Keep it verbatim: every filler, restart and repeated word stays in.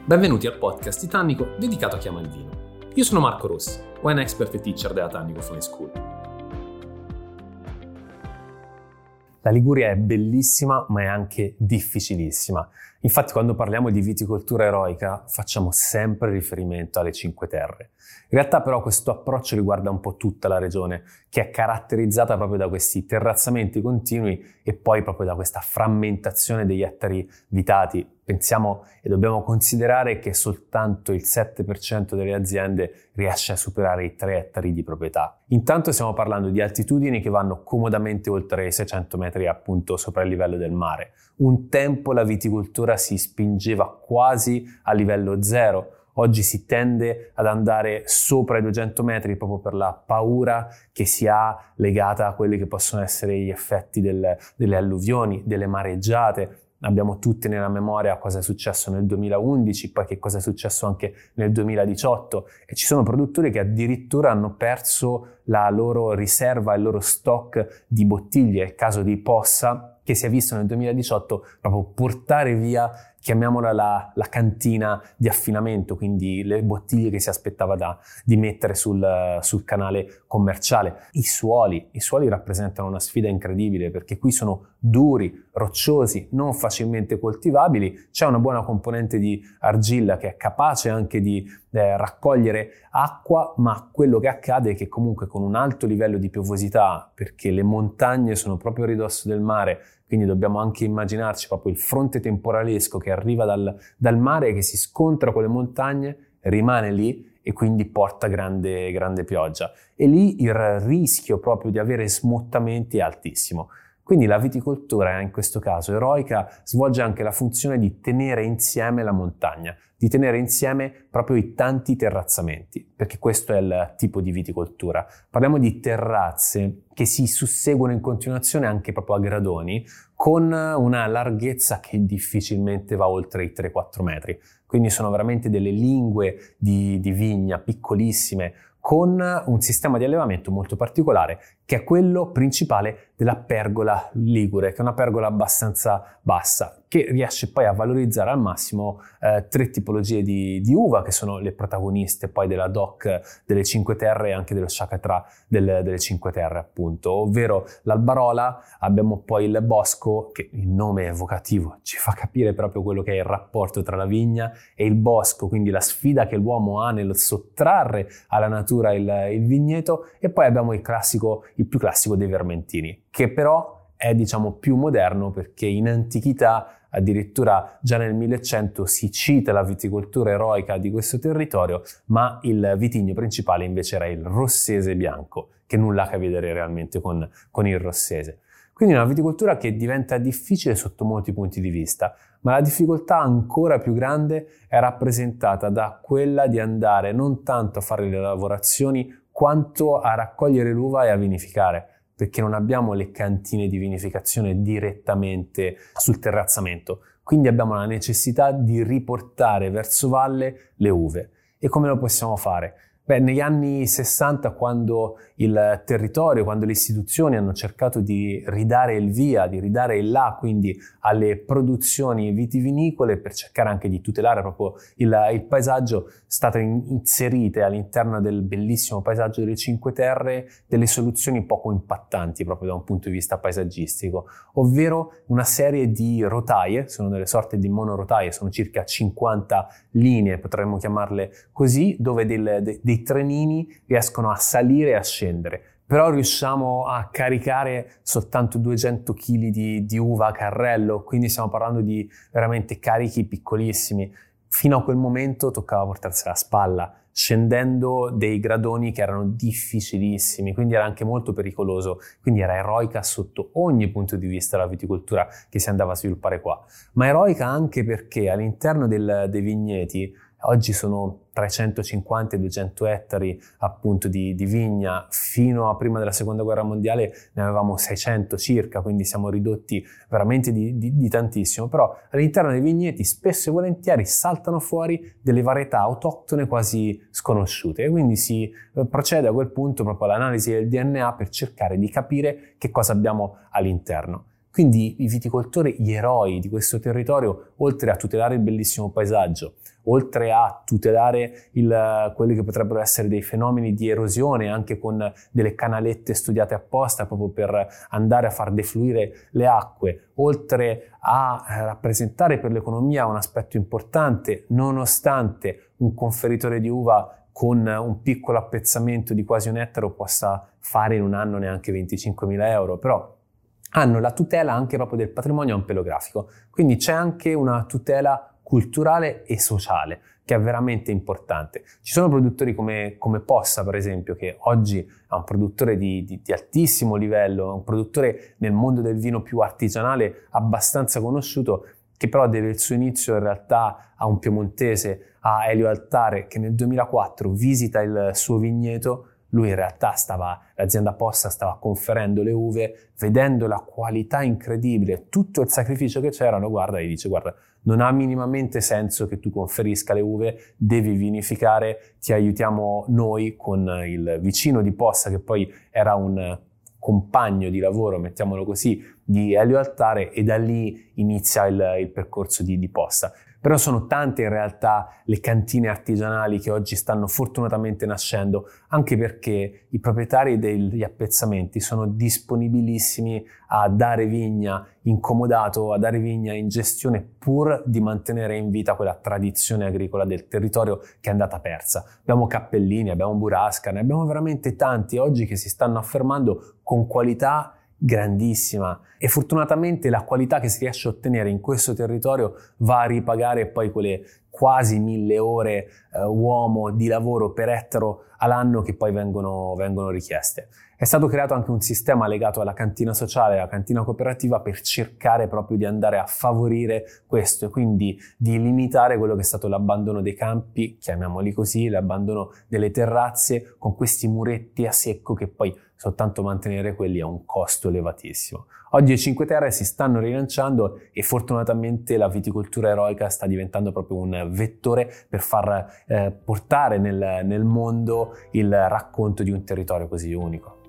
Benvenuti al podcast di Tannico dedicato a chi ama il vino. Io sono Marco Rossi, wine expert e teacher della Tannico Fine School. La Liguria è bellissima, ma è anche difficilissima. Infatti, quando parliamo di viticoltura eroica, facciamo sempre riferimento alle Cinque Terre. In realtà, però, questo approccio riguarda un po' tutta la regione, che è caratterizzata proprio da questi terrazzamenti continui e poi proprio da questa frammentazione degli ettari vitati. Pensiamo e dobbiamo considerare che soltanto il sette per cento delle aziende riesce a superare i tre ettari di proprietà. Intanto stiamo parlando di altitudini che vanno comodamente oltre i seicento metri appunto sopra il livello del mare. Un tempo la viticoltura si spingeva quasi a livello zero. Oggi si tende ad andare sopra i duecento metri proprio per la paura che si ha legata a quelli che possono essere gli effetti del, delle alluvioni, delle mareggiate. Abbiamo tutti nella memoria cosa è successo nel duemilaundici, poi che cosa è successo anche nel duemiladiciotto, e ci sono produttori che addirittura hanno perso la loro riserva, il loro stock di bottiglie. È il caso di Possa, che si è visto nel duemiladiciotto proprio portare via, chiamiamola la, la cantina di affinamento, quindi le bottiglie che si aspettava da, di mettere sul, sul canale commerciale. I suoli, i suoli rappresentano una sfida incredibile perché qui sono duri, rocciosi, non facilmente coltivabili, c'è una buona componente di argilla che è capace anche di eh, raccogliere acqua, ma quello che accade è che comunque con un alto livello di piovosità, perché le montagne sono proprio a ridosso del mare, quindi dobbiamo anche immaginarci proprio il fronte temporalesco che arriva dal, dal mare e che si scontra con le montagne, rimane lì e quindi porta grande, grande pioggia. E lì il rischio proprio di avere smottamenti è altissimo. Quindi la viticoltura, in questo caso eroica, svolge anche la funzione di tenere insieme la montagna, di tenere insieme proprio i tanti terrazzamenti, perché questo è il tipo di viticoltura. Parliamo di terrazze che si susseguono in continuazione anche proprio a gradoni, con una larghezza che difficilmente va oltre i tre quattro metri. Quindi sono veramente delle lingue di, di vigna piccolissime, con un sistema di allevamento molto particolare, che è quello principale della pergola ligure, che è una pergola abbastanza bassa, che riesce poi a valorizzare al massimo eh, tre tipologie di, di uva, che sono le protagoniste poi della D O C delle Cinque Terre e anche dello Chacatra del, delle Cinque Terre, appunto, ovvero l'Albarola, abbiamo poi il Bosco, che il nome evocativo ci fa capire proprio quello che è il rapporto tra la vigna e il bosco, quindi la sfida che l'uomo ha nel sottrarre alla natura il, il vigneto, e poi abbiamo il classico, il più classico dei Vermentini, che però è diciamo più moderno perché in antichità, addirittura già nel millecento, si cita la viticoltura eroica di questo territorio, ma il vitigno principale invece era il rossese bianco, che nulla ha a che vedere realmente con, con il rossese. Quindi una viticoltura che diventa difficile sotto molti punti di vista, ma la difficoltà ancora più grande è rappresentata da quella di andare non tanto a fare le lavorazioni quanto a raccogliere l'uva e a vinificare, perché non abbiamo le cantine di vinificazione direttamente sul terrazzamento. Quindi abbiamo la necessità di riportare verso valle le uve. E come lo possiamo fare? Beh, negli anni sessanta, quando il territorio, quando le istituzioni hanno cercato di ridare il via, di ridare il là, quindi alle produzioni vitivinicole, per cercare anche di tutelare proprio il, il paesaggio, state inserite all'interno del bellissimo paesaggio delle Cinque Terre delle soluzioni poco impattanti proprio da un punto di vista paesaggistico, ovvero una serie di rotaie, sono delle sorte di monorotaie, sono circa cinquanta linee, potremmo chiamarle così, dove del, de, dei trenini riescono a salire e a scendere. Però riusciamo a caricare soltanto duecento chili di, di uva a carrello, quindi stiamo parlando di veramente carichi piccolissimi. Fino a quel momento toccava portarsela a spalla, scendendo dei gradoni che erano difficilissimi, quindi era anche molto pericoloso, quindi era eroica sotto ogni punto di vista la viticoltura che si andava a sviluppare qua, ma eroica anche perché all'interno del, dei vigneti oggi sono tra i centocinquanta e i duecento ettari appunto di, di vigna. Fino a prima della seconda guerra mondiale ne avevamo seicento circa, quindi siamo ridotti veramente di, di, di tantissimo, però all'interno dei vigneti spesso e volentieri saltano fuori delle varietà autoctone quasi sconosciute, e quindi si procede a quel punto proprio all'analisi del D N A per cercare di capire che cosa abbiamo all'interno. Quindi i viticoltori, gli eroi di questo territorio, oltre a tutelare il bellissimo paesaggio, oltre a tutelare il, quelli che potrebbero essere dei fenomeni di erosione, anche con delle canalette studiate apposta proprio per andare a far defluire le acque, oltre a rappresentare per l'economia un aspetto importante, nonostante un conferitore di uva con un piccolo appezzamento di quasi un ettaro possa fare in un anno neanche venticinquemila euro, però hanno la tutela anche proprio del patrimonio ampelografico, quindi c'è anche una tutela culturale e sociale che è veramente importante. Ci sono produttori come, come Possa, per esempio, che oggi è un produttore di, di, di altissimo livello, un produttore nel mondo del vino più artigianale abbastanza conosciuto, che però deve il suo inizio in realtà a un piemontese, a Elio Altare, che nel duemilaquattro visita il suo vigneto. Lui in realtà stava, l'azienda Possa stava conferendo le uve, vedendo la qualità incredibile, tutto il sacrificio che c'erano, guarda, e dice, guarda, non ha minimamente senso che tu conferisca le uve, devi vinificare, ti aiutiamo noi con il vicino di Possa, che poi era un compagno di lavoro, mettiamolo così, di Elio Altare, e da lì inizia il, il percorso di, di Possa. Però sono tante in realtà le cantine artigianali che oggi stanno fortunatamente nascendo, anche perché i proprietari degli appezzamenti sono disponibilissimi a dare vigna in comodato, a dare vigna in gestione, pur di mantenere in vita quella tradizione agricola del territorio che è andata persa. Abbiamo Cappellini, abbiamo Burasca, ne abbiamo veramente tanti oggi che si stanno affermando con qualità grandissima, e fortunatamente la qualità che si riesce a ottenere in questo territorio va a ripagare poi quelle quasi mille ore eh, uomo di lavoro per ettaro all'anno che poi vengono, vengono richieste. È stato creato anche un sistema legato alla cantina sociale, alla cantina cooperativa, per cercare proprio di andare a favorire questo e quindi di limitare quello che è stato l'abbandono dei campi, chiamiamoli così, l'abbandono delle terrazze con questi muretti a secco che poi soltanto mantenere quelli ha un costo elevatissimo. Oggi le Cinque Terre si stanno rilanciando e fortunatamente la viticoltura eroica sta diventando proprio un vettore per far eh, portare nel, nel mondo il racconto di un territorio così unico.